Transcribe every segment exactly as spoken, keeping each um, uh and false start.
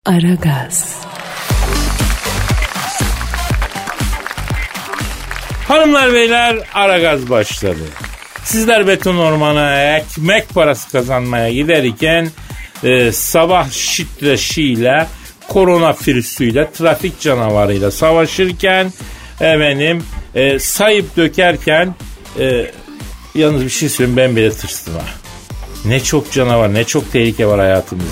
Aragaz. Hanımlar beyler, Aragaz başladı. Sizler beton ormana ekmek parası kazanmaya giderken e, sabah şiddetiyle, koronavirüsüyle, trafik canavarıyla savaşırken efendim e, sayıp dökerken e, yalnız bir şey söyleyeyim, ben bile tırstım ha. Ne çok canavar, ne çok tehlike var hayatımızda.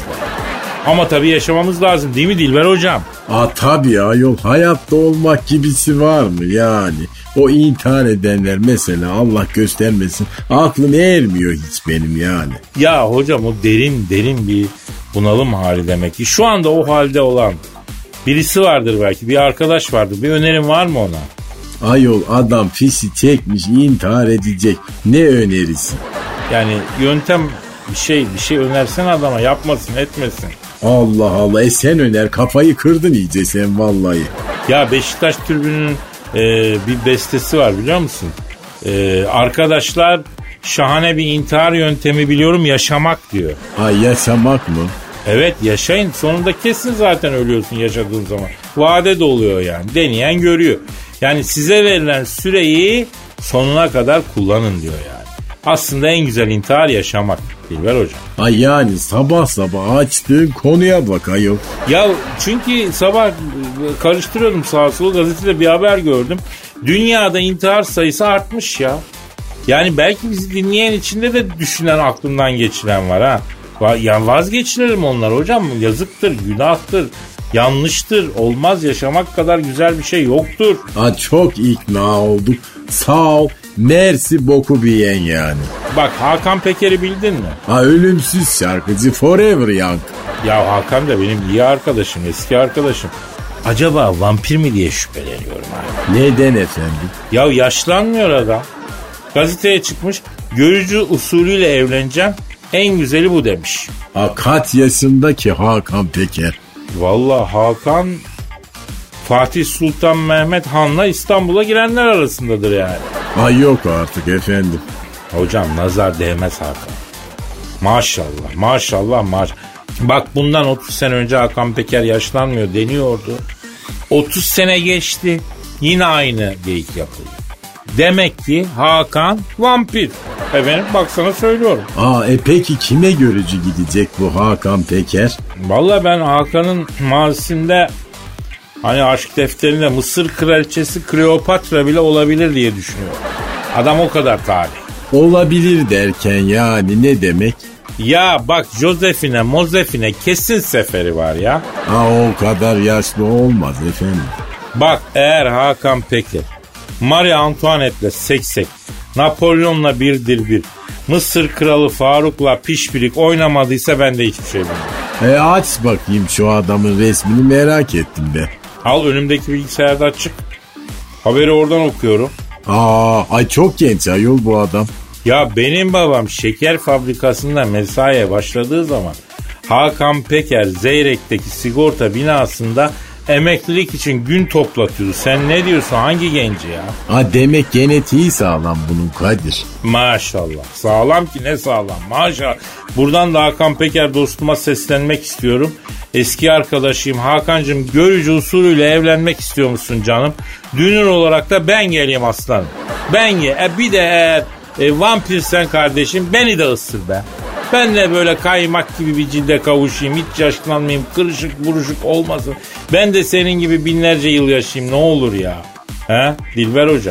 Ama tabii yaşamamız lazım değil mi Dilber hocam? Aa tabii ya, yol hayatta olmak gibisi var mı yani? O intihar edenler mesela, Allah göstermesin, aklım ermiyor hiç benim yani. Ya hocam, o derin derin bir bunalım hali demek ki. Şu anda o halde olan birisi vardır belki, bir arkadaş vardır. Bir önerin var mı ona? Ayol, adam fisi çekmiş, intihar edecek. Ne önerisi? Yani yöntem bir şey bir şey önersen adama, yapmasın etmesin. Allah Allah, e sen öner, kafayı kırdın iyice sen vallahi. Ya Beşiktaş tribününün e, bir bestesi var biliyor musun? E, arkadaşlar, şahane bir intihar yöntemi biliyorum, yaşamak diyor. Ay, yaşamak mı? Evet, yaşayın, sonunda kesin zaten ölüyorsun yaşadığın zaman. Vade de oluyor yani, deneyen görüyor. Yani size verilen süreyi sonuna kadar kullanın diyor yani. Aslında en güzel intihar yaşamak. Dilber hocam. Ay yani sabah sabah açtığın konuya bak ayol. Ya çünkü sabah karıştırıyordum sağa sola, gazetede bir haber gördüm. Dünyada intihar sayısı artmış ya. Yani belki bizi dinleyen içinde de düşünen, aklından geçiren var ha. Yani vazgeçirelim onlar hocam. Yazıktır, günahtır, yanlıştır. Olmaz, yaşamak kadar güzel bir şey yoktur. Ha, çok ikna olduk. Sağ ol. Mersi boku biyen yani. Bak, Hakan Peker'i bildin mi? Ha, ölümsüz şarkıcı, Forever Young. Ya Hakan da benim iyi arkadaşım, eski arkadaşım. Acaba vampir mi diye şüpheleniyorum abi. Neden efendim? Ya yaşlanmıyor adam. Gazeteye çıkmış, görücü usulüyle evleneceğim, en güzeli bu demiş. Ha, kaç yaşındaki Hakan Peker? Vallahi Hakan Fatih Sultan Mehmet Han'la İstanbul'a girenler arasındadır yani. Ay yok artık efendim. Hocam nazar değmez Hakan. Maşallah maşallah maşallah. Bak, bundan otuz sene önce Hakan Peker yaşlanmıyor deniyordu. otuz sene geçti, yine aynı geyik yapılıyor. Demek ki Hakan vampir. Efendim bak, sana söylüyorum. Aa e peki kime görücü gidecek bu Hakan Peker? Vallahi ben Hakan'ın mazisinde, hani aşk defterinde Mısır kraliçesi Kleopatra bile olabilir diye düşünüyorum. Adam o kadar tarih. Olabilir derken yani ne demek? Ya bak, Josephine, Mozefine kesin seferi var ya. Ha, o kadar yaşlı olmaz efendim. Bak, eğer Hakan Peker Marie Antoinette'le seksek, Napolyon'la birdir bir, Mısır kralı Faruk'la pişpirik oynamadıysa ben de hiçbir şey bilmiyorum. E aç bakayım şu adamın resmini, merak ettim be. Al, önümdeki bilgisayarda açık. Haberi oradan okuyorum. Aa, ay çok genç ayol bu adam. Ya benim babam şeker fabrikasında mesaiye başladığı zaman Hakan Peker Zeyrek'teki sigorta binasında emeklilik için gün toplatıyordu. Sen ne diyorsun, hangi genci ya? Ha, demek genetiği sağlam bunun Kadir. Maşallah. Sağlam ki ne sağlam, maşallah. Buradan da Hakan Peker dostuma seslenmek istiyorum. Eski arkadaşıyım Hakan'cığım, görücü usulüyle evlenmek istiyor musun canım? Dünür olarak da ben geleyim aslanım. Ben ye. E bir de eğer e, vampirsen kardeşim, beni de ısır be. Ben de böyle kaymak gibi bir cilde kavuşayım, hiç yaşlanmayayım, kırışık buruşuk olmasın. Ben de senin gibi binlerce yıl yaşayayım, ne olur ya. He Dilber hocam.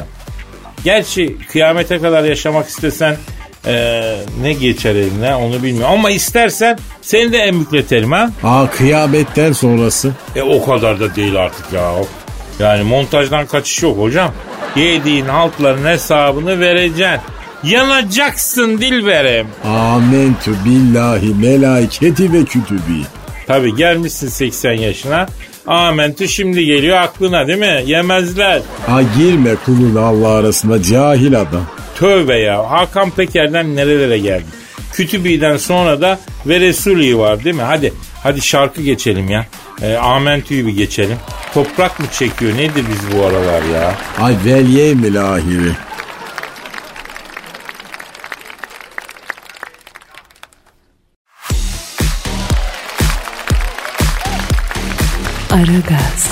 Gerçi kıyamete kadar yaşamak istesen ee, ne geçer eline onu bilmiyorum. Ama istersen seni de emükletelim ha. Aa, kıyametten sonrası. E o kadar da değil artık ya. Yani montajdan kaçış yok hocam. Yediğin haltların hesabını vereceksin. Yanacaksın Dilber'im. Amentü billahi melaiketi ve kütübi. Tabii gelmişsin seksen yaşına. Amentü şimdi geliyor aklına değil mi? Yemezler. Ha, girme kulun Allah arasında cahil adam. Tövbe ya. Hakan Peker'den nerelere geldik? Kütübi'den sonra da ve Resulü var değil mi? Hadi hadi şarkı geçelim ya. E, Amentü'yü bir geçelim. Toprak mı çekiyor? Nedir biz bu aralar ya? Ay velye mi lahiri? Aragaz.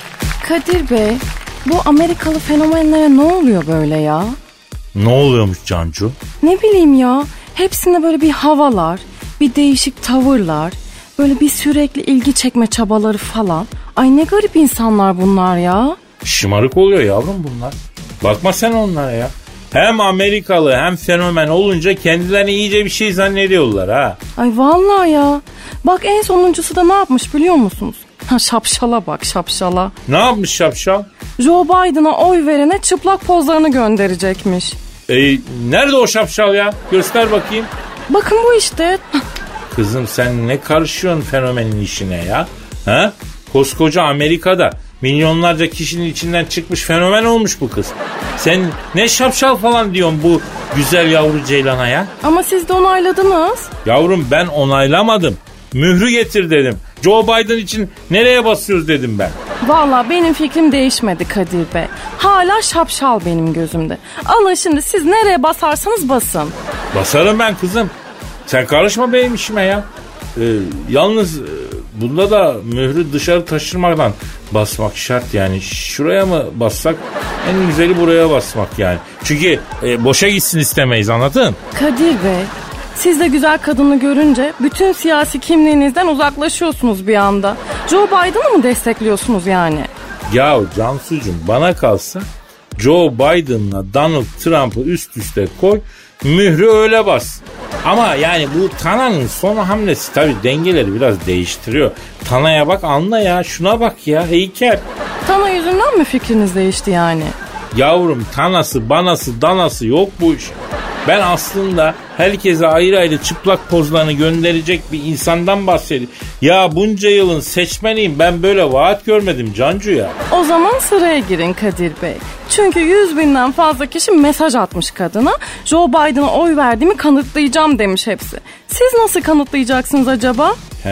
Kadir Bey, bu Amerikalı fenomenlere ne oluyor böyle ya? Ne oluyormuş Cancu? Ne bileyim ya, hepsinde böyle bir havalar, bir değişik tavırlar, böyle bir sürekli ilgi çekme çabaları falan. Ay ne garip insanlar bunlar ya. Şımarık oluyor yavrum bunlar. Bakma sen onlara ya. Hem Amerikalı hem fenomen olunca kendilerini iyice bir şey zannediyorlar ha. Ay vallahi ya. Bak en sonuncusu da ne yapmış biliyor musunuz? Ha, şapşala bak şapşala. Ne yapmış şapşal? Joe Biden'a oy verene çıplak pozlarını gönderecekmiş. E, nerede o şapşal ya? Göster bakayım. Bakın bu işte. Kızım sen ne karışıyorsun fenomenin işine ya? Ha? Koskoca Amerika'da milyonlarca kişinin içinden çıkmış fenomen olmuş bu kız. Sen ne şapşal falan diyorsun bu güzel yavru ceylana ya? Ama siz de onayladınız. Yavrum ben onaylamadım. Mührü getir dedim. Joe Biden için nereye basıyoruz dedim ben. Vallahi benim fikrim değişmedi Kadir Bey. Hala şapşal benim gözümde. Alın şimdi siz nereye basarsanız basın. Basarım ben kızım. Sen karışma benim işime ya. Ee, yalnız e, bunda da mührü dışarı taşırmadan basmak şart yani. Şuraya mı bassak? En güzeli buraya basmak yani. Çünkü e, boşa gitsin istemeyiz, anladın? Kadir Bey, siz de güzel kadını görünce bütün siyasi kimliğinizden uzaklaşıyorsunuz bir anda. Joe Biden'ı mı destekliyorsunuz yani? Ya Cansucuğum bana kalsa Joe Biden'la Donald Trump'ı üst üste koy, mührü öyle bas. Ama yani bu Tana'nın son hamlesi tabii dengeleri biraz değiştiriyor. Tana'ya bak, anla ya, şuna bak ya, heykel. Tana yüzünden mi fikriniz değişti yani? Yavrum Tana'sı, banası, danası yok bu iş. Ben aslında herkese ayrı ayrı çıplak pozlarını gönderecek bir insandan bahsediyorum. Ya bunca yılın seçmeniyim, ben böyle vaat görmedim Cancu ya. O zaman sıraya girin Kadir Bey. Çünkü yüz binden fazla kişi mesaj atmış kadına. Joe Biden'a oy verdiğimi kanıtlayacağım demiş hepsi. Siz nasıl kanıtlayacaksınız acaba?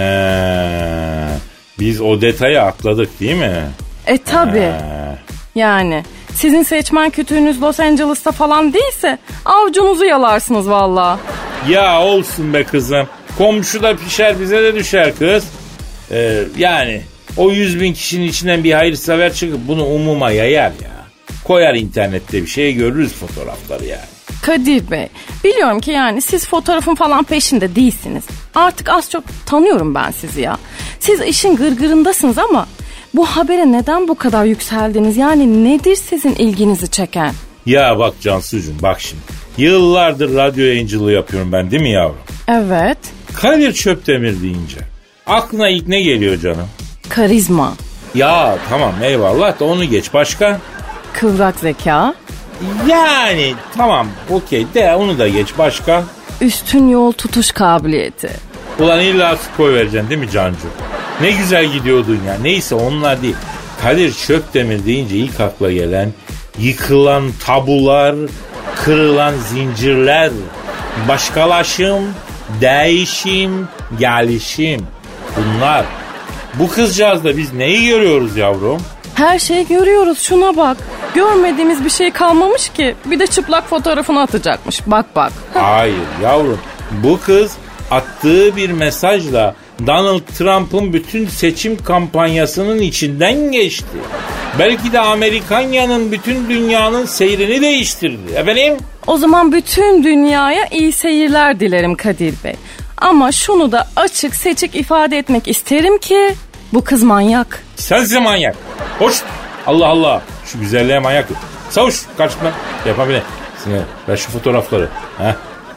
He, biz o detayı atladık değil mi? E tabi. He. Yani sizin seçmen kütüğünüz Los Angeles'ta falan değilse avcunuzu yalarsınız valla. Ya olsun be kızım. Komşu da pişer, bize de düşer kız. Ee, yani o yüz bin kişinin içinden bir hayırsever çıkıp bunu umuma yayar ya. Koyar internette bir şey, görürüz fotoğrafları yani. Kadir Bey, biliyorum ki yani siz fotoğrafın falan peşinde değilsiniz. Artık az çok tanıyorum ben sizi ya. Siz işin gırgırındasınız ama bu habere neden bu kadar yükseldiniz? Yani nedir sizin ilginizi çeken? Ya bak Cansucuğum, bak şimdi. Yıllardır radyo yayıncılığı yapıyorum ben, değil mi yavrum? Evet. Kadir Çöptemir deyince aklına ilk ne geliyor canım? Karizma. Ya tamam eyvallah da onu geç, başka? Kıvrak zeka. Yani tamam okey de onu da geç, başka? Üstün yol tutuş kabiliyeti. Ulan illa koy vereceksin değil mi Cancu? Ne güzel gidiyordun ya. Neyse onlar değil. Kadir Çöptemir deyince ilk akla gelen yıkılan tabular, kırılan zincirler, başkalaşım, değişim, gelişim. Bunlar. Bu kızcağızda biz neyi görüyoruz yavrum? Her şeyi görüyoruz, şuna bak. Görmediğimiz bir şey kalmamış ki. Bir de çıplak fotoğrafını atacakmış. Bak bak. Hayır yavrum. Bu kız attığı bir mesajla Donald Trump'ın bütün seçim kampanyasının içinden geçti. Belki de Amerikanya'nın bütün dünyanın seyrini değiştirdi. Efendim? O zaman bütün dünyaya iyi seyirler dilerim Kadir Bey. Ama şunu da açık seçik ifade etmek isterim ki bu kız manyak. Sensin manyak. Hoş. Allah Allah. Şu güzelliğe manyak. Savuş. Kaçma. Yapabilir. Sinir. Ver şu fotoğrafları. Heh.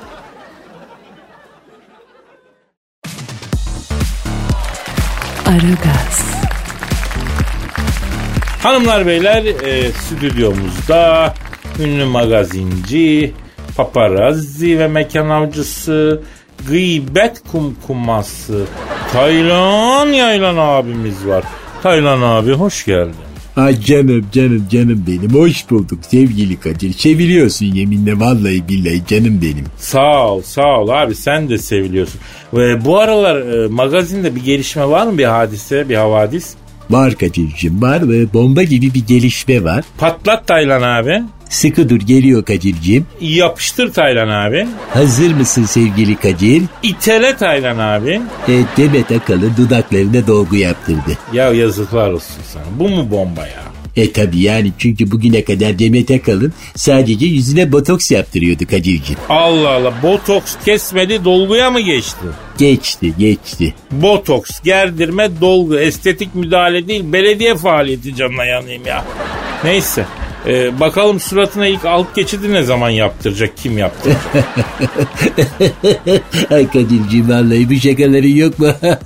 Aragaz. Hanımlar beyler, e, stüdyomuzda ünlü magazinci, paparazzi ve mekan avcısı, gıybet kumkuması Taylan Yaylan abimiz var. Taylan abi hoş geldin. Ha canım canım canım benim, hoş bulduk sevgili Kadir. Seviliyorsun yeminle, vallahi billahi canım benim. Sağ ol sağ ol abi, sen de seviliyorsun. Ve bu aralar e, magazinde bir gelişme var mı, bir hadise, bir havadis? Var Kadir'cim var ve bomba gibi bir gelişme var. Patlat Taylan abi. Sıkı dur, geliyor Kadir'ciğim. Yapıştır Taylan abi. Hazır mısın sevgili Kadir? İtele Taylan abi. E, Demet Akalın dudaklarına dolgu yaptırdı. Ya yazıklar olsun sana. Bu mu bomba ya? E tabi yani, çünkü bugüne kadar Demet Akalın sadece yüzüne botoks yaptırıyordu Kadir'ciğim. Allah Allah, botoks kesmedi, dolguya mı geçti? Geçti geçti. Botoks, gerdirme, dolgu, estetik müdahale değil, belediye faaliyeti, canına yanayım ya. Neyse. Ee, bakalım suratına ilk alt geçidi ne zaman yaptıracak, kim yaptıracak? Ay Kadir'ciğim, vallahi bu şakaların yok mu?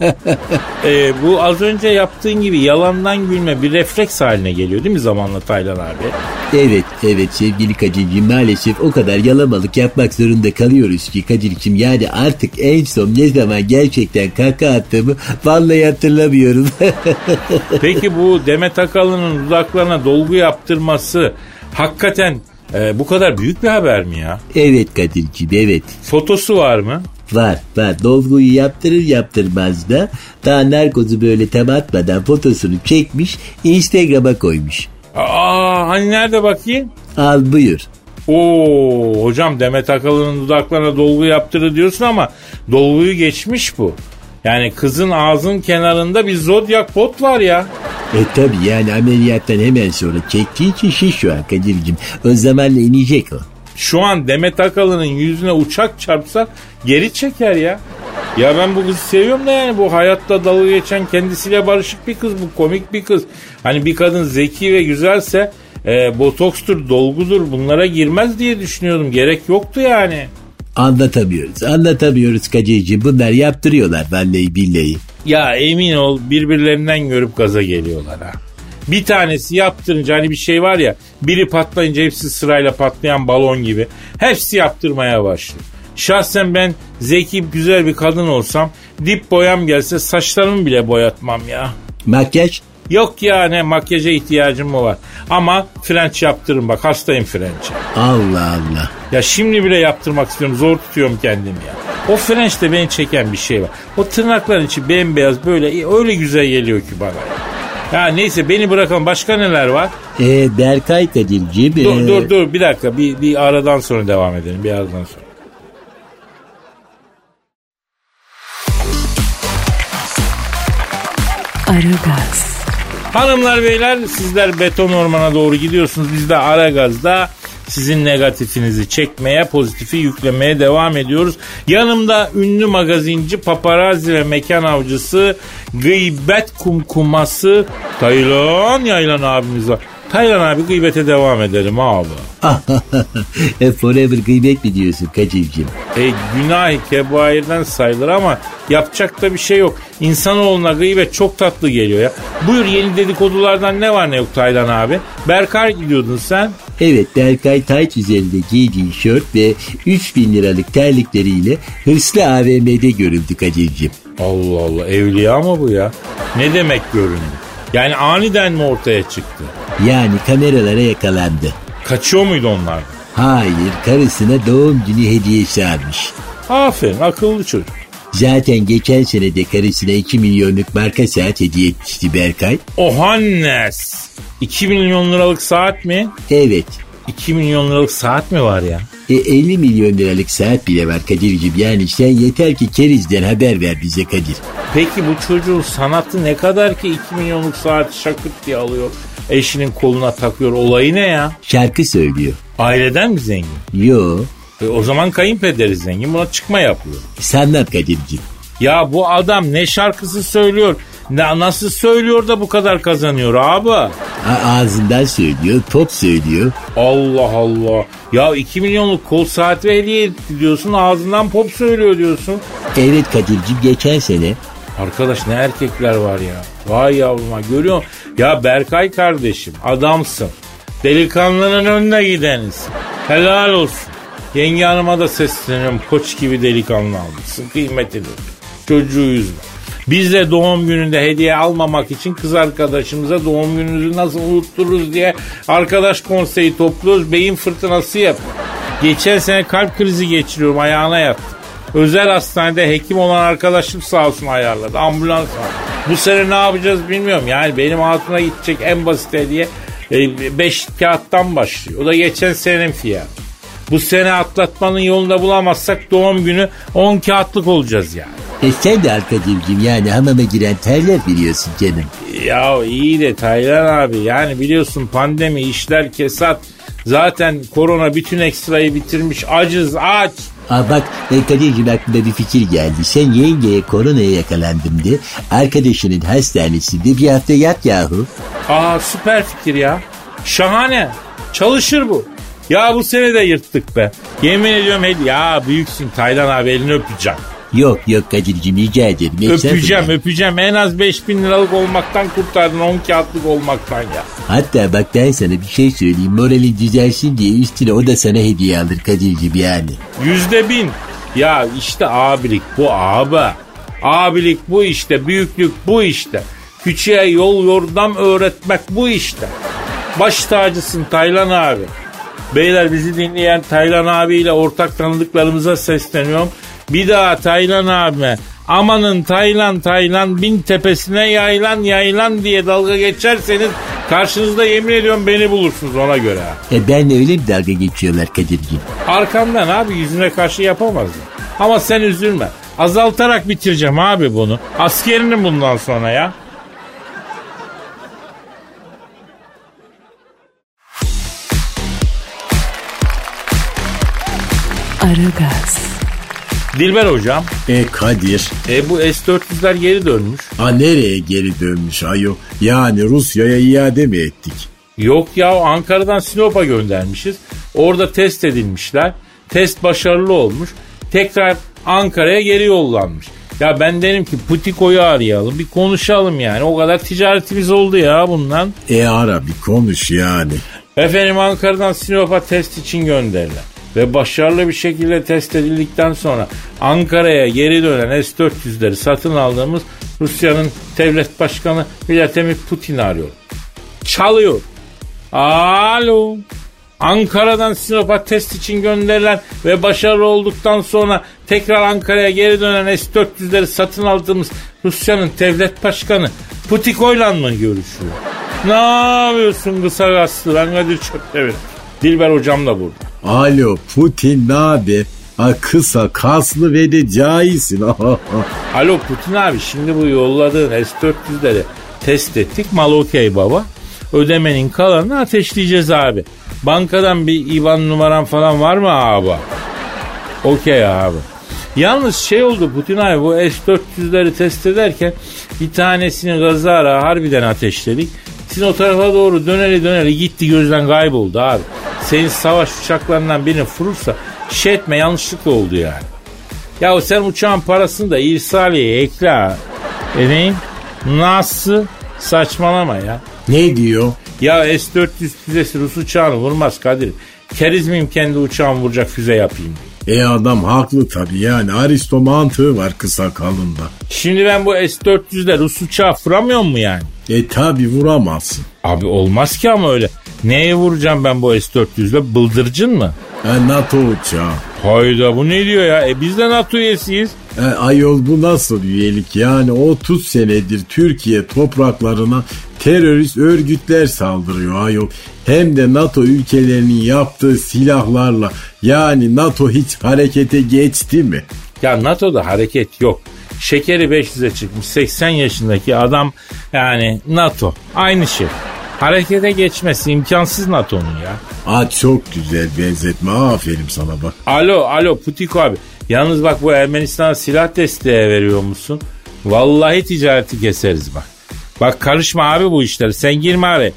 ee, bu az önce yaptığın gibi yalandan gülme bir refleks haline geliyor değil mi zamanla Taylan abi? Evet evet sevgili Kadir'ciğim, maalesef o kadar yalamalık yapmak zorunda kalıyoruz ki Kadir'ciğim, yani artık en son ne zaman gerçekten kaka attığımı vallahi hatırlamıyorum. Peki bu Demet Akalın'ın dudaklarına dolgu yaptırması hakikaten e, bu kadar büyük bir haber mi ya? Evet Kadir'ciğim, evet. Fotosu var mı? Var var, dolguyu yaptırır yaptırmaz da daha narkozu böyle tam atmadan fotosunu çekmiş, Instagram'a koymuş. Aa, hani nerede bakayım? Al buyur. Oo hocam, Demet Akalın'ın dudaklarına dolgu yaptırır diyorsun ama dolguyu geçmiş bu. Yani kızın ağzının kenarında bir zodyak bot var ya. E tabi yani ameliyattan hemen sonra çektiği için şiş şu an Kadir'cim. O zamanla inecek o. Şu an Demet Akalın'ın yüzüne uçak çarpsa geri çeker ya. Ya ben bu kızı seviyorum da, yani bu hayatta dalga geçen, kendisiyle barışık bir kız, bu komik bir kız. Hani bir kadın zeki ve güzelse e, botokstur, dolgudur, bunlara girmez diye düşünüyordum. Gerek yoktu yani. Anlatamıyoruz anlatamıyoruz Kadir'cim, bunlar yaptırıyorlar vallahi billahi. Ya emin ol birbirlerinden görüp gaza geliyorlar ha. Bir tanesi yaptırınca, hani bir şey var ya, biri patlayınca hepsi sırayla patlayan balon gibi, hepsi yaptırmaya başlıyor. Şahsen ben zeki güzel bir kadın olsam, dip boyam gelse saçlarımı bile boyatmam ya. Makyaj? Yok ya, ne makyaja ihtiyacım mı var? Ama French yaptırırım, bak hastayım French'e. Allah Allah. Ya şimdi bile yaptırmak istiyorum, zor tutuyorum kendimi ya. O French'te beni çeken bir şey var. O tırnakların içi bembeyaz, böyle öyle güzel geliyor ki bana ya. Ya neyse, beni bırakalım, başka neler var? Ee, Berkay Kadir'cim. Dur ee... dur dur bir dakika, bir, bir aradan sonra devam edelim, bir aradan sonra. Aragaz. Hanımlar beyler, sizler beton ormana doğru gidiyorsunuz. Biz de Aragaz'da sizin negatifinizi çekmeye, pozitifi yüklemeye devam ediyoruz. Yanımda ünlü magazinci, paparazzi ve mekan avcısı, gıybet kumkuması Taylan Yaylan abimiz var. Taylan abi, gıybete devam edelim abi. e, forever gıybet mi diyorsun Kadir'cim? E, günah-ı kebairden sayılır ama yapacak da bir şey yok. İnsanoğluna gıybet çok tatlı geliyor ya. Buyur, yeni dedikodulardan ne var ne yok Taylan abi? Berkay gidiyordun sen. Evet, Berkay tayt üzerinde giydiği şort ve üç bin liralık terlikleriyle hırslı A V M'de görüldü Kadir'cim. Allah Allah, evliya mı bu ya? Ne demek göründü? Yani aniden mi ortaya çıktı? Yani kameralara yakalandı. Kaçıyor muydu onlar? Hayır, karısına doğum günü hediyesi almış. Aferin, akıllı çocuk. Zaten geçen sene de karısına iki milyonluk marka saat hediye etmişti Berkay. Ohannes! iki milyon liralık saat mi? Evet. iki milyon liralık saat mi var ya? E, elli milyon liralık saat bile var Kadir'cim. Yani sen yeter ki kerizden haber ver bize Kadir. Peki bu çocuğun sanatı ne kadar ki iki milyonluk saat şakıt diye alıyor, eşinin koluna takıyor, olayı ne ya? Şarkı söylüyor. Aileden mi zengin? Yo. E, o zaman kayınpederi zengin, buna çıkma yapıyor. Sanat Kadir'cim. Ya bu adam ne şarkısı söylüyor, ne, nasıl söylüyor da bu kadar kazanıyor abi? A- ağzından söylüyor, pop söylüyor. Allah Allah. Ya iki milyonluk kol saati hediye etti diyorsun, ağzından pop söylüyor diyorsun. Evet Kadir'cim, geçen sene. Arkadaş ne erkekler var ya. Vay yavruma, görüyor musun? Ya Berkay kardeşim, adamsın. Delikanlının önüne gideniz. Helal olsun. Yenge hanıma da sesleniyorum. Koç gibi delikanlı almışsın. Kıymetini. Çocuğu üzme. Biz de doğum gününde hediye almamak için kız arkadaşımıza doğum gününüzü nasıl unuttururuz diye arkadaş konseyi topluyoruz. Beyin fırtınası yap. Geçen sene kalp krizi geçiriyorum, ayağına yattım. Özel hastanede hekim olan arkadaşım sağ olsun ayarladı. Ambulans var. Bu sene ne yapacağız bilmiyorum. Yani benim hatuna gidecek en basit hediye beş kağıttan başlıyor. O da geçen senenin fiyatı. Bu sene atlatmanın yolunda bulamazsak doğum günü on kağıtlık olacağız yani. E sen de Arkadim'cim yani hamama giren terler biliyorsun canım. Ya iyi de Taylan abi yani biliyorsun pandemi, işler kesat. Zaten korona bütün ekstrayı bitirmiş, acız aç. Aa bak e, Kadir'cim aklıma bir fikir geldi. Sen yengeye koronaya yakalandım de arkadaşının hastanesinde bir hafta yat yahu. Aa süper fikir ya. Şahane. Çalışır bu. Ya bu sene de yırttık be. Yemin ediyorum hadi ya büyüksün Taylan abi, elini öpeceğim. Yok yok Kadir'cim rica ederim. Öpeceğim öpeceğim. En az beş bin liralık olmaktan kurtardın, on kağıtlık olmaktan ya. Hatta bak ben sana bir şey söyleyeyim. Moralin düzelsin diye üstüne o da sana hediye alır Kadir'cim yani. Yüzde bin. Ya işte abilik bu abi. Abilik bu işte. Büyüklük bu işte. Küçüğe yol yordam öğretmek bu işte. Baş tacısın Taylan abi. Beyler bizi dinleyen Taylan abiyle ortak tanıdıklarımıza sesleniyorum. Bir daha Taylan abime amanın Taylan Taylan bin tepesine yaylan yaylan diye dalga geçerseniz karşınızda yemin ediyorum beni bulursunuz ona göre. E benle öyle bir dalga geçiyorlar Kadir'cim. Arkamdan abi yüzüne karşı yapamazdım. Ama sen üzülme. Azaltarak bitireceğim abi bunu. Askerinin bundan sonra ya. Aragaz. Dilber hocam. E Kadir. E bu S dört yüzler geri dönmüş. Ha nereye geri dönmüş ayo? Yani Rusya'ya iade mi ettik? Yok ya Ankara'dan Sinop'a göndermişiz. Orada test edilmişler. Test başarılı olmuş. Tekrar Ankara'ya geri yollanmış. Ya ben dedim ki Putiko'yu arayalım bir konuşalım yani. O kadar ticaretimiz oldu ya bundan. E ara bir konuş yani. Efendim Ankara'dan Sinop'a test için gönderilen ve başarılı bir şekilde test edildikten sonra Ankara'ya geri dönen S dört yüzleri satın aldığımız Rusya'nın devlet başkanı Vladimir Putin'i arıyor. Çalıyor. Alo. Ankara'dan Sinop'a test için gönderilen ve başarılı olduktan sonra tekrar Ankara'ya geri dönen S dört yüzleri satın aldığımız Rusya'nın devlet başkanı Putiko'yla mı görüşüyor? Ne yapıyorsun kısa kaslı? Ben Kadir Çöptemir. Dilber hocam da burada. Alo Putin ne abi? Ha, kısa kaslı ve de cahilsin. Alo Putin abi, şimdi bu yolladığın S dört yüzleri test ettik. Mal okey baba. Ödemenin kalanını ateşleyeceğiz abi. Bankadan bir IBAN numaran falan var mı abi? Okey abi. Yalnız şey oldu Putin abi, bu S dört yüzleri test ederken bir tanesini gazara harbiden ateşledik. Sizin o tarafa doğru döneli döneli gitti, gözden kayboldu abi. Senin savaş uçaklarından birini vurursa şey etme, yanlışlıkla oldu yani. Ya sen uçağın parasını da irsaliye ekle. Edeyim. Nasıl? Saçmalama ya. Ne diyor? Ya S dört yüz füzesi Rus uçağını vurmaz Kadir. Keriz miyim kendi uçağımı vuracak füze yapayım? E adam haklı tabii yani. Aristo mantığı var kısa kalında. Şimdi ben bu S dört yüzde Rus uçağı vuramıyor mu yani? E tabii vuramazsın. Abi olmaz ki ama öyle. Neye vuracağım ben bu S dört yüzde? Bıldırcın mı? E NATO uçağı. Hayda, bu ne diyor ya? E biz de NATO üyesiyiz. E, ayol bu nasıl üyelik yani? otuz senedir Türkiye topraklarına terörist örgütler saldırıyor ayol. Hem de NATO ülkelerinin yaptığı silahlarla. Yani NATO hiç harekete geçti mi? Ya NATO'da hareket yok. Şekeri beş yüze çıkmış seksen yaşındaki adam, yani NATO. Aynı şey. Harekete geçmesi imkansız NATO'nun ya. Aa çok güzel benzetme, aferin sana bak. Alo alo Putiko abi. Yalnız bak, bu Ermenistan'a silah desteği veriyor musun? Vallahi ticareti keseriz bak. Bak karışma abi bu işleri, sen girme abi.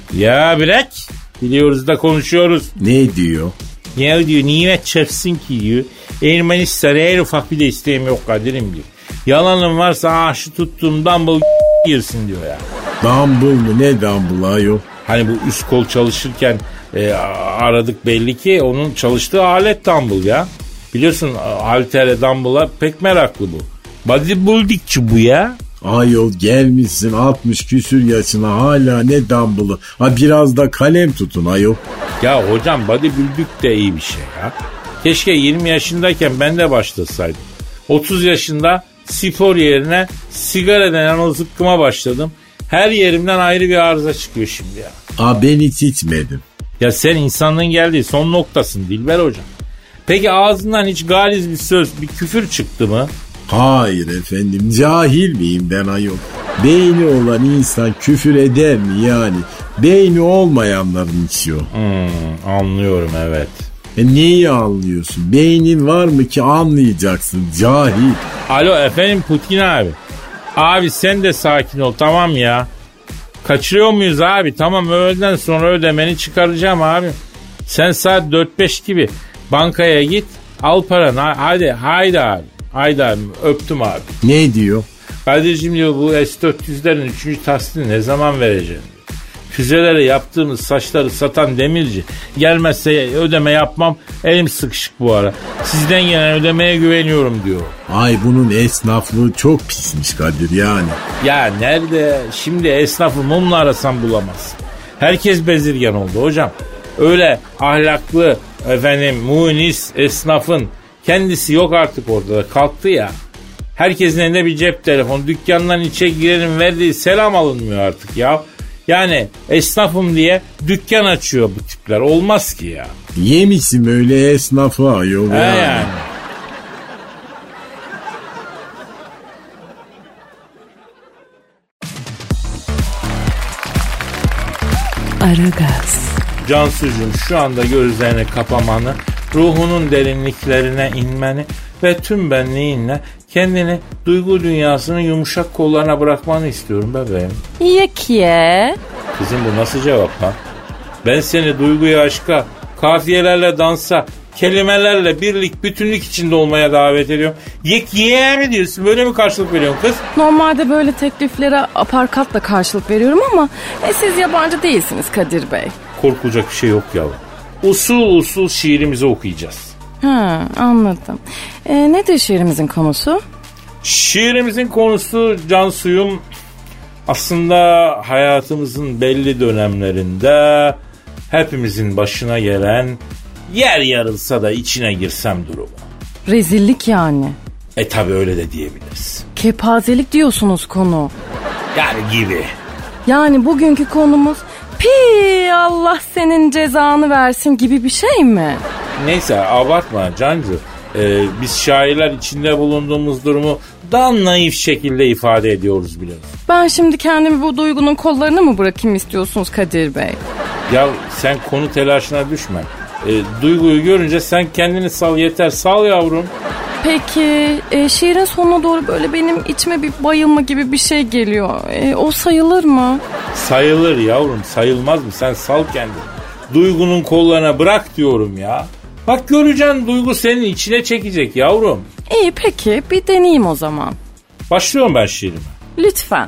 Ya bırak. Biliyoruz da konuşuyoruz. Ne diyor? Ya diyor, nimet çarpsın ki diyor. Ermenistan'a en ufak bir desteğim yok Kadir'im diyor. Yalanım varsa aşı tuttuğum dumbbell girsin diyor ya. Dumbbell mı, ne dumbbell ayol? Hani bu üst kol çalışırken e, aradık, belli ki onun çalıştığı alet dumbbell ya. Biliyorsun haltere dumbbell'a pek meraklı bu. Bodybuildingçi bu ya. Ayol gelmişsin altmış küsür yaşına, hala ne dumbbell'ı. Ha biraz da kalem tutun ayol. Ya hocam bodybuilding de iyi bir şey ya. Keşke yirmi yaşındayken ben de başlasaydım. otuz yaşında spor yerine sigara denen o zıkkıma başladım. Her yerimden ayrı bir arıza çıkıyor şimdi ya. Aa, ben hiç içmedim. Ya sen insanlığın geldiği son noktasın Dilber hocam. Peki ağzından hiç galiz bir söz, bir küfür çıktı mı? Hayır efendim, cahil miyim ben ayol? Beyni olan insan küfür eder mi yani? Beyni olmayanların içiyor. Hmm, anlıyorum evet. E neyi anlıyorsun? Beynin var mı ki anlayacaksın cahil? Alo efendim Putin abi. Abi sen de sakin ol tamam ya. Kaçırıyor muyuz abi? Tamam öğleden sonra ödemeni çıkaracağım abi. Sen saat dört beş gibi bankaya git al paranı. Hadi haydi abi. Haydi abi öptüm abi. Ne diyor? Kadir'cim diyor bu S dört yüzlerin üçüncü taslini ne zaman vereceğim? Füzelere yaptığımız saçları satan demirci gelmezse ödeme yapmam, elim sıkışık bu ara. Sizden gelen ödemeye güveniyorum diyor. Ay bunun esnaflığı çok pismiş Kadir yani. Ya nerede? Şimdi esnafı mumla arasan bulamazsın. Herkes bezirgen oldu hocam. Öyle ahlaklı efendim munis esnafın kendisi yok artık ortada, kalktı ya. Herkesin elinde bir cep telefonu, dükkandan içe girelim verdiği selam alınmıyor artık ya. Yani esnafım diye dükkan açıyor bu tipler. Olmaz ki ya. Yemişim öyle esnafı ayol He yani. yani. Aragaz. Cansucuğum şu anda gözlerini kapamanı, ruhunun derinliklerine inmeni ve tüm benliğinle kendini duygu dünyasının yumuşak kollarına bırakmanı istiyorum bebeğim. Yekiye. Kızım bu nasıl cevap lan? Ben seni duyguya, aşka, kafiyelerle dansa, kelimelerle birlik, bütünlük içinde olmaya davet ediyorum. Yekiye mi diyorsun? Böyle mi karşılık veriyorsun kız? Normalde böyle tekliflere aparkatla karşılık veriyorum ama e, siz yabancı değilsiniz Kadir Bey. Korkulacak bir şey yok yavrum. Usul usul şiirimizi okuyacağız. Ha, anladım. E, nedir şiirimizin konusu? Şiirimizin konusu Cansuyum aslında hayatımızın belli dönemlerinde hepimizin başına gelen yer yarılsa da içine girsem durumu. Rezillik yani. E tabi öyle de diyebiliriz. Kepazelik diyorsunuz konu. Yani gibi. Yani bugünkü konumuz pi Allah senin cezanı versin gibi bir şey mi? Neyse abartma Cancu. Ee, biz şairler içinde bulunduğumuz durumu daha naif şekilde ifade ediyoruz biliyorsun. Ben şimdi kendimi bu duygunun kollarına mı bırakayım istiyorsunuz Kadir Bey? Ya sen konu telaşına düşme. Ee, duyguyu görünce sen kendini sal yeter, sal yavrum. Peki e, şiirin sonuna doğru böyle benim içime bir bayılma gibi bir şey geliyor. E, o sayılır mı? Sayılır yavrum, sayılmaz mı? Sen sal kendini. Duygunun kollarına bırak diyorum ya. Bak göreceksin duygu senin içine çekecek yavrum. İyi peki bir deneyeyim o zaman. Başlıyorum ben şiirime. Lütfen.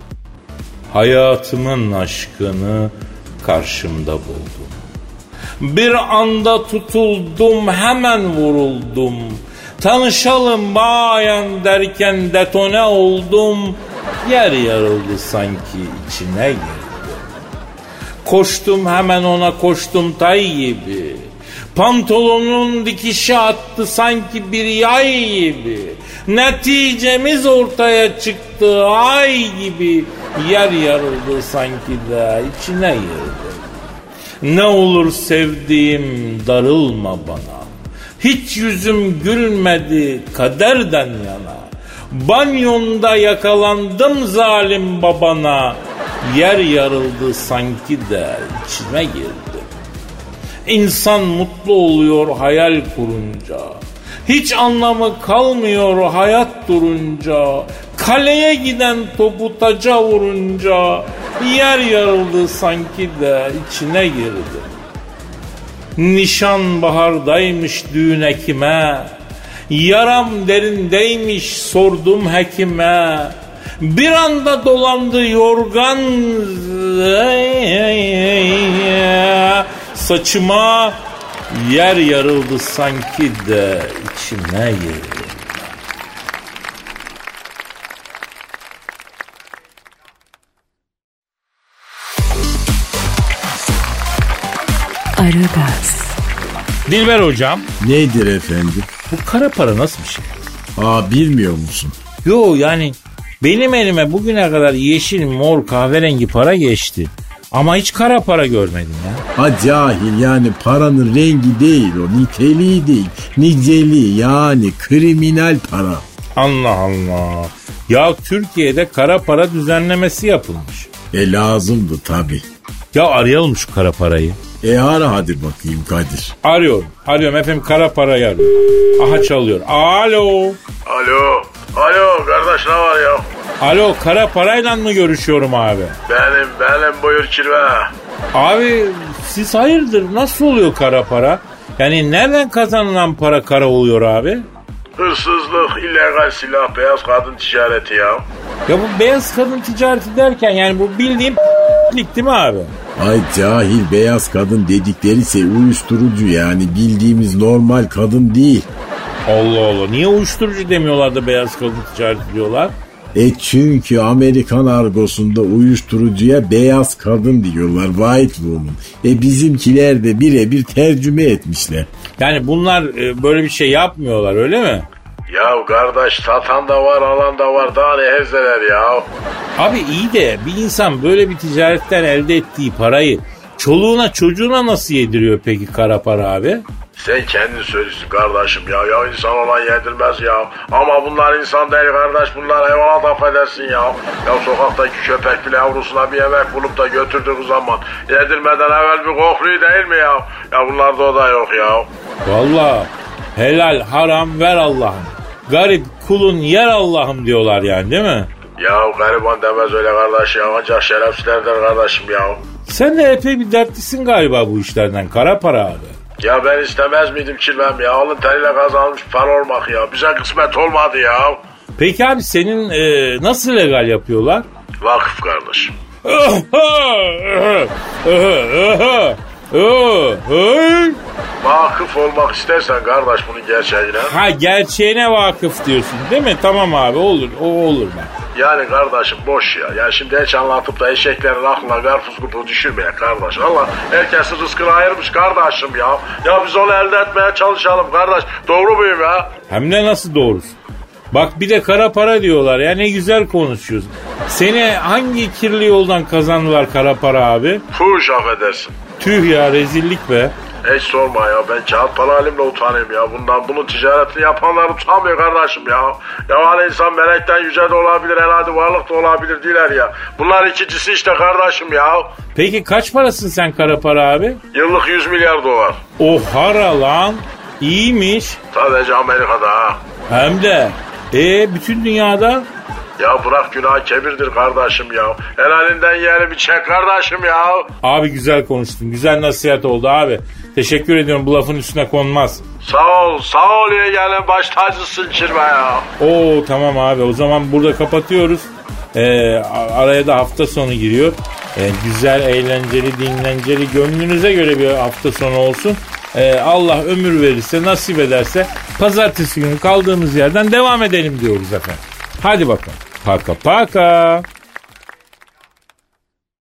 Hayatımın aşkını karşımda buldum. Bir anda tutuldum, hemen vuruldum. Tanışalım bayan derken detone oldum. Yer yarıldı sanki içine girdi. Koştum hemen ona koştum tay gibi. Pantolonun dikişi attı sanki bir yay gibi. Neticemiz ortaya çıktı ay gibi. Yer yarıldı sanki de içine girdi. Ne olur sevdiğim darılma bana. Hiç yüzüm gülmedi kaderden yana. Banyonda yakalandım zalim babana. Yer yarıldı sanki de içime girdi. İnsan mutlu oluyor hayal kurunca. Hiç anlamı kalmıyor hayat durunca. Kaleye giden topu taca vurunca. Yer yarıldı sanki de içine girdi. Nişan bahardaymış düğün ekime. Yaram derindeymiş sordum hekime. Bir anda dolandı yorgan saçıma. Yer yarıldı sanki de içime girdi. Aragaz. Dilber hocam. Nedir efendim? Bu kara para nasıl bir şey? Aa bilmiyor musun? Yo yani Benim elime bugüne kadar yeşil, mor, kahverengi para geçti. Ama hiç kara para görmedim ya. Ha cahil, yani paranın rengi değil o, niteliği değil. Niceliği, yani kriminal para. Allah Allah. Ya Türkiye'de kara para düzenlemesi yapılmış. E lazımdı tabii. Ya arayalım şu kara parayı. E ara hadi bakayım Kadir. Arıyorum. Arıyorum efendim, kara parayı arıyorum. Aha çalıyor. Alo. Alo. Alo kardeş, ne var ya? Alo, kara parayla mı görüşüyorum abi? Benim benim buyur kirve. Abi siz hayırdır, nasıl oluyor kara para? Yani nereden kazanılan para kara oluyor abi? Hırsızlık, illegal silah, beyaz kadın ticareti ya. Ya bu beyaz kadın ticareti derken yani bu bildiğim değil mi abi? Ay cahil, beyaz kadın dedikleri ise uyuşturucu, yani bildiğimiz normal kadın değil. Allah Allah, niye uyuşturucu demiyorlar da beyaz kadın ticareti diyorlar? E çünkü Amerikan argosunda uyuşturucuya beyaz kadın diyorlar, white woman. E bizimkiler de birebir tercüme etmişler. Yani bunlar e, böyle bir şey yapmıyorlar, öyle mi? Ya kardeş, satan da var, alan da var, daha ne hevzeler ya. Abi iyi de bir insan böyle bir ticaretten elde ettiği parayı çoluğuna çocuğuna nasıl yediriyor peki kara para abi? Sen kendin söylüyorsun kardeşim ya. Ya insan olan yedirmez ya. Ama bunlar insan değil kardeş. Bunlar hayvanat, affedersin ya. Ya sokaktaki köpek bile yavrusuna bir yemek bulup da götürdüğü zaman yedirmeden evvel bir kokluyor değil mi ya? Ya bunlarda o da yok ya. Vallahi helal haram ver Allah'ım. Garip kulun yer Allah'ım diyorlar yani, değil mi? Ya gariban demez öyle kardeş ya. Ancak şerefsizlerdir kardeşim ya. Sen de epey bir dertlisin galiba bu işlerden kara para abi. Ya ben istemez miydim kirvem ya? Alın teriyle kazanmış para olmak ya. Bize kısmet olmadı ya. Peki abi senin e, nasıl legal yapıyorlar? Vakıf kardeşim. Vakıf olmak istersen kardeş bunun gerçeğine. Ha, gerçeğine vakıf diyorsun değil mi? Tamam abi, olur, o olur bak. Yani kardeşim boş ya. Yani şimdi hiç anlatıp da eşeklerin aklına karpuz kupu düşürmeye kardeş. Allah herkesin rızkını ayırmış kardeşim ya. Ya biz onu elde etmeye çalışalım kardeş. Doğru muyum ya? Hem de nasıl doğrusu. Bak bir de kara para diyorlar ya, ne güzel konuşuyorsun. Seni hangi kirli yoldan kazandılar kara para abi? Fuş, affedersin. Tüh ya, rezillik be. Hiç sorma ya, ben kağıt para halimle utanayım ya. Bundan bunun ticaretini yapanlar utanmıyor kardeşim ya. Ya hani insan melekten yüce de olabilir, herhalde varlık da olabilir diler ya. Bunlar ikincisi işte kardeşim ya. Peki kaç parasın sen kara para abi? Yıllık yüz milyar dolar. Ohara lan, iyiymiş. Sadece Amerika'da ha. Hem de e bütün dünyada. Ya bırak, günah kebirdir kardeşim ya. Helalinden yiyelim, çek kardeşim ya. Abi güzel konuştun. Güzel nasihat oldu abi. Teşekkür ediyorum, bu lafın üstüne konmaz. Sağ ol, sağ ol ya, gelin baş tacısın kirve ya. Oo tamam abi, o zaman burada kapatıyoruz. Ee, araya da hafta sonu giriyor. Ee, güzel, eğlenceli, dinlenceli, gönlünüze göre bir hafta sonu olsun. Ee, Allah ömür verirse, nasip ederse pazartesi günü kaldığımız yerden devam edelim diyoruz efendim. Hadi bakalım. Paka paka.